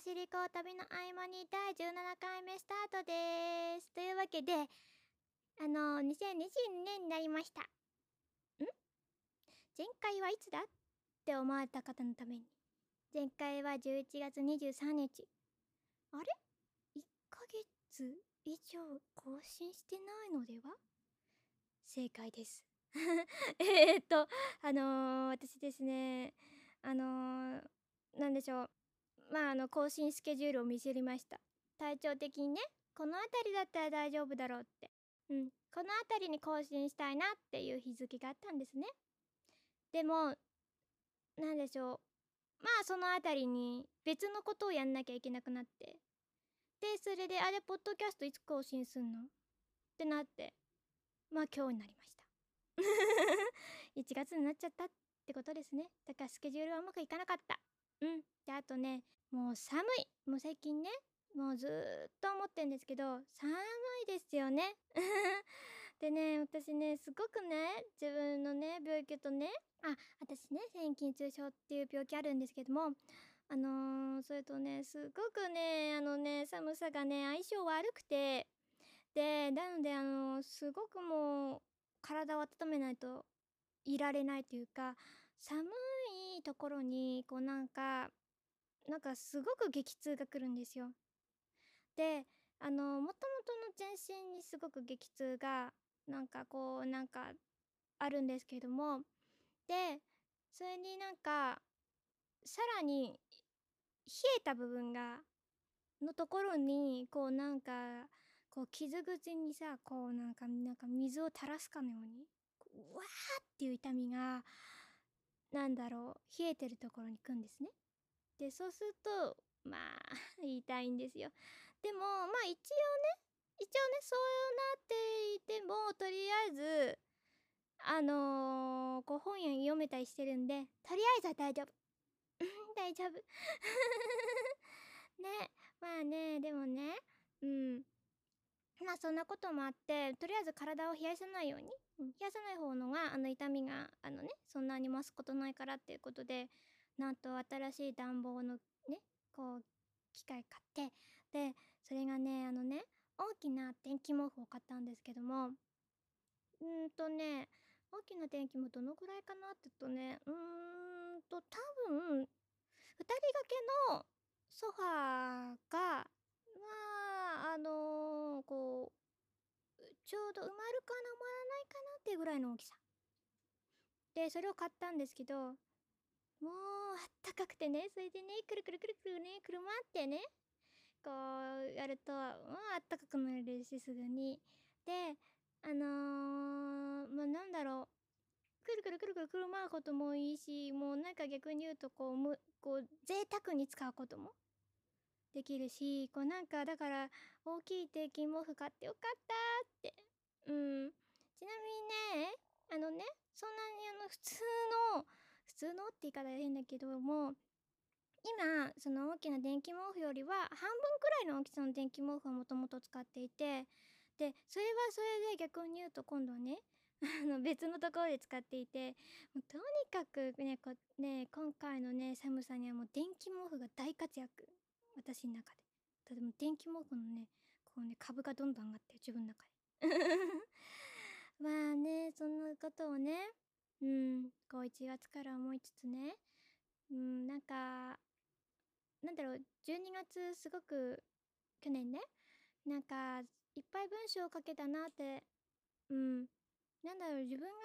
走り子旅の合間に第17回目スタートです。というわけで、2022年になりました。前回はいつだって思われた方のために。前回は11月23日。あれ ?1 ヶ月以上更新してないのでは？正解です。私ですね、なんでしょう。更新スケジュールを見せりました。体調的にね、この辺りだったら大丈夫だろうって。この辺りに更新したいなっていう日付があったんですね。でも、なんでしょう。その辺りに別のことをやんなきゃいけなくなって。で、それで、あれ、ポッドキャストいつ更新すんのってなって、今日になりました。1月になっちゃったってことですね。だからスケジュールはうまくいかなかった。で、あとね、もう寒い。もう最近ね、もうずーっと思ってんですけど、寒いですよね。でね、私ね、すごくね、自分のね、病気とね、私ね、線筋痛症っていう病気あるんですけども、それとね、すごくね、寒さがね、相性悪くて、で、なので、すごくもう、体を温めないといられないというか、寒いところに、すごく激痛が来るんですよ。で、もともとの全身にすごく激痛が、あるんですけれども、で、それにさらに、冷えた部分のところに、傷口にさ、水を垂らすかのように、うわーっていう痛みが、冷えてるところに来るんですね。で、そうすると、痛いんですよ。でも、一応ね、そうなっていても、とりあえず、本読めたりしてるんで、とりあえずは大丈夫。大丈夫。ね、でもね、そんなこともあって、とりあえず体を冷やさないように、冷やさない方のが、痛みが、そんなに増すことないからっていうことで、なんと新しい暖房のね、機械買って、で、それがね、大きな電気毛布を買ったんですけども、大きな電気毛布どのぐらいかなって言うとね、多分、2人掛けのソファーが、ちょうど埋まるかな埋まらないかなっていうぐらいの大きさ。で、それを買ったんですけど、もうあったかくてね、それでね、くるくるくるくるね、くるまってね、こうやると、あったかくなるし、すぐに。で、くるくるくるくるくるまうこともいいし、もう逆に言うと贅沢に使うこともできるし、だから、大きい電気毛布買ってよかったって。ちなみにね、そんなに普通のって言い方変だけども、今、その大きな電気毛布よりは半分くらいの大きさの電気毛布をもともと使っていて、で、それはそれで逆に言うと今度はね、別のところで使っていて、もうとにかくね、今回のね、寒さにはもう電気毛布が大活躍。私の中で。とても電気毛布のね、株がどんどん上がってる、自分の中で。そんなことをね、1月から思いつつね、12月すごく、去年ね、いっぱい文章を書けたなって、自分が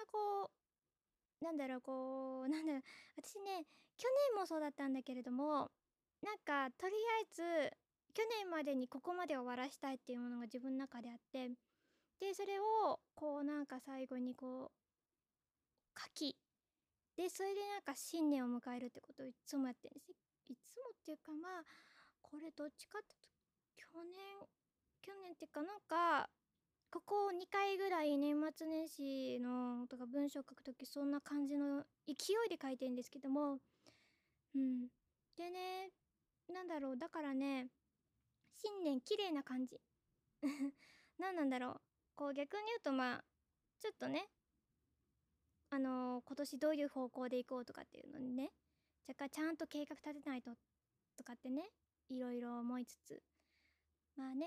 私ね、去年もそうだったんだけれども、とりあえず、去年までにここまで終わらしたいっていうものが自分の中であって、で、それを、最後に書き、で、それで新年を迎えるってことをいつもやってるんですよ。いつもっていうかこれどっちかって去年っていうかここ2回ぐらい年末年始のとか文章を書くときそんな感じの勢いで書いてるんですけども、でね、だからね、新年綺麗な感じ。逆に言うとちょっとね、今年どういう方向で行こうとかっていうのにね、ちゃんと計画立てないととかってね、 いろいろ思いつつ、まあね、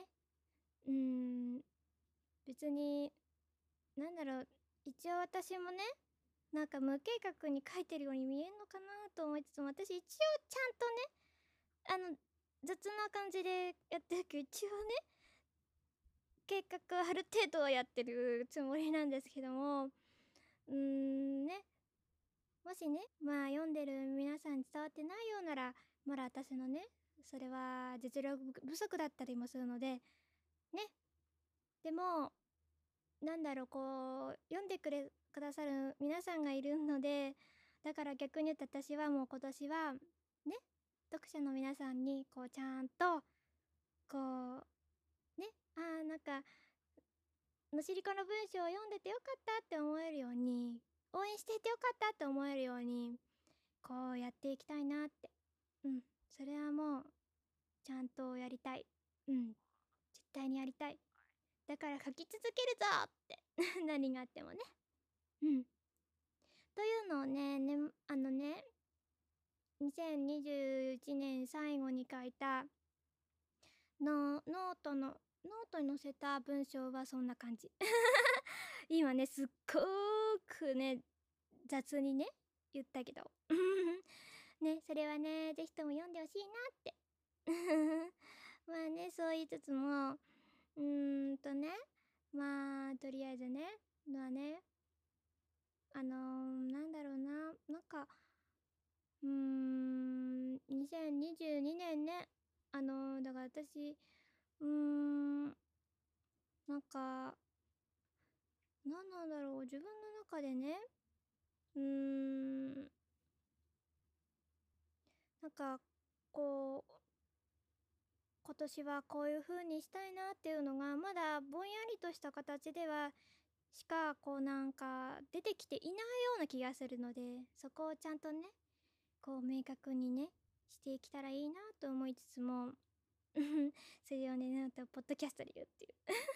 別に、なんだろう、一応私もね、なんか無計画に書いてるように見えるのかなと思いつつも、私一応ちゃんとね、雑な感じでやってるけど、一応ね、計画はある程度はやってるつもりなんですけども、ね、もしね、まあ読んでる皆さんに伝わってないようなら、まだ私のね、それは実力不足だったりもするので、ね。でも、なんだろう、こう、読んでくださる皆さんがいるので、だから逆に言うと私はもう今年は、ね、読者の皆さんに、こう、ちゃんと、こう、ね、なんか、のしりこの文章を読んでてよかったって思えるように、応援していてよかったって思えるように、こうやっていきたいなって。それはもう、ちゃんとやりたい。絶対にやりたい。だから書き続けるぞって何があってもね。というのをね、2021年最後に書いたノートに載せた文章はそんな感じ。今ね、すっごくね、雑にね、言ったけど。ね、それはね、ぜひとも読んでほしいなって。まあね、そう言いつつも、まあ、とりあえずね、なんだろうな、なんか、2022年ね、だから私、なんか、なんなんだろう、自分の中でね、なんか、こう、今年はこういう風にしたいなっていうのが、まだぼんやりとした形では、しか、こうなんか、出てきていないような気がするので、そこをちゃんとね、こう明確にね、していけたらいいなと思いつつも、それをね、なんと、ポッドキャストで言うっていう。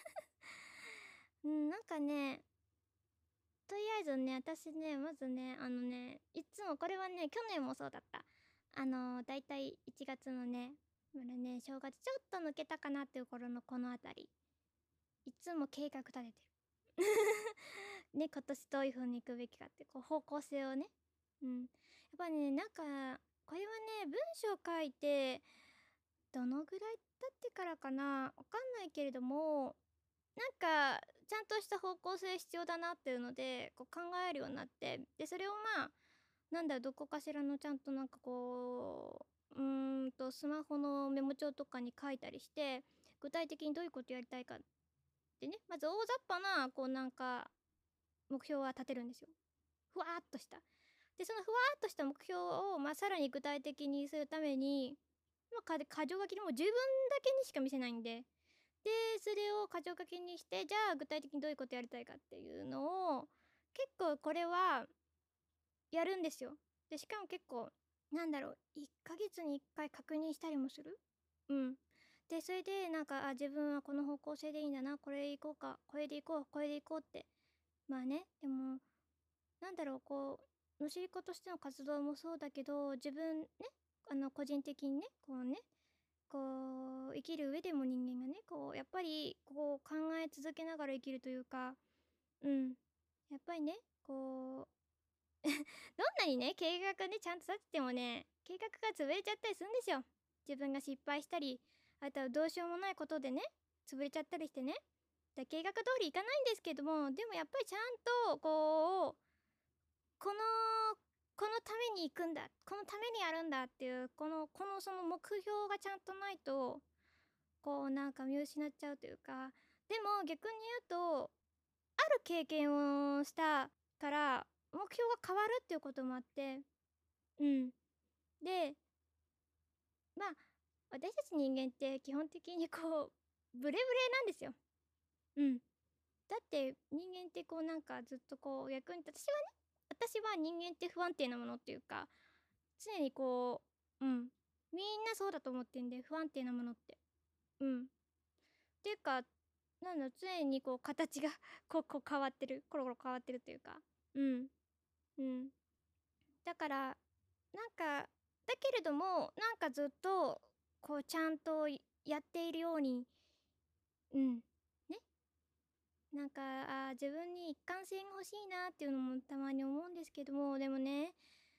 なんかね、とりあえずね、私ね、まずね、いつもこれはね、去年もそうだった。だいたい1月のね、まだね、正月ちょっと抜けたかなっていう頃のこのあたり、いつも計画立ててる。ね、今年どういう風に行くべきかって、こう方向性をね。やっぱね、なんか、これはね、文章書いて、どのぐらい経ってからかな、わかんないけれども、なんか、ちゃんとした方向性必要だなっていうので、こう考えるようになって、で、それをまあ、なんだろう、どこかしらのちゃんとなんかこう、スマホのメモ帳とかに書いたりして、具体的にどういうことやりたいかってね、まず大雑把な、こうなんか、目標は立てるんですよ。ふわーっとした。で、そのふわーっとした目標を、まあ、さらに具体的にするために、まあ、箇条書きでも自分だけにしか見せないんで、で、それを箇条書きにして、じゃあ具体的にどういうことやりたいかっていうのを、結構これはやるんですよ。で、しかも結構、なんだろう、1ヶ月に1回確認したりもする。で、それで、なんか、自分はこの方向性でいいんだな、これでいこうか、これでいこう、これでいこうって。まあね、でも、なんだろう、こう、のしりことしての活動もそうだけど、自分ね、個人的にね、こうね、こう、生きる上でも人間がね、こう、やっぱり、こう、考え続けながら生きるというか、やっぱりね、こう、どんなにね、計画ね、ちゃんと立ててもね、計画が潰れちゃったりするんですよ。自分が失敗したり、あとはどうしようもないことでね、潰れちゃったりしてね。計画通りいかないんですけども、でもやっぱりちゃんと、こう、この、このために行くんだ、このためにやるんだっていう、このその目標がちゃんとないと、こうなんか見失っちゃうというか、でも逆に言うと、ある経験をしたから、目標が変わるっていうこともあって、うん。で、まあ、私たち人間って基本的にこう、ブレブレなんですよ。うん。だって人間ってこうなんかずっとこう役に立私はね、私は人間って不安定なものっていうか、常にこう、みんなそうだと思ってんで、不安定なものって。っていうか、なんだ、常にこう形がこう変わってる。コロコロ変わってるというか。うん。うん。だから、なんか、だけれども、なんかずっと、 こうちゃんとやっているように、ね、なんか、自分に一貫性が欲しいなっていうのもたまに思うんですけども、でもね、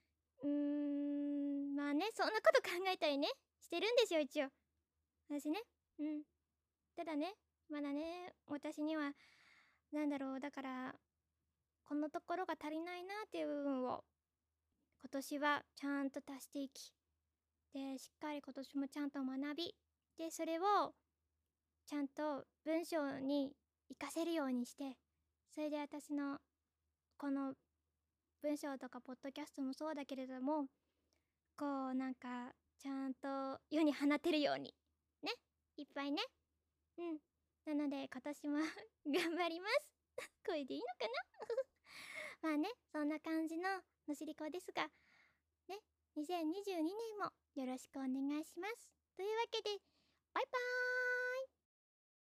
まあね、そんなこと考えたりね、してるんですよ、一応。私ね。うん。ただね、まだね、私には、なんだろう、だから、このところが足りないなっていう部分を、今年はちゃんと足していき、で、しっかり今年もちゃんと学び、で、それを、ちゃんと文章に活かせるようにして、それで私の、この文章とかポッドキャストもそうだけれども、こうなんかちゃんと世に放てるようにね、いっぱいね。うん。なので今年も頑張ります。これでいいのかな。まあね、そんな感じののしりこですが、ね、2022年もよろしくお願いします。というわけで、バイバーイ。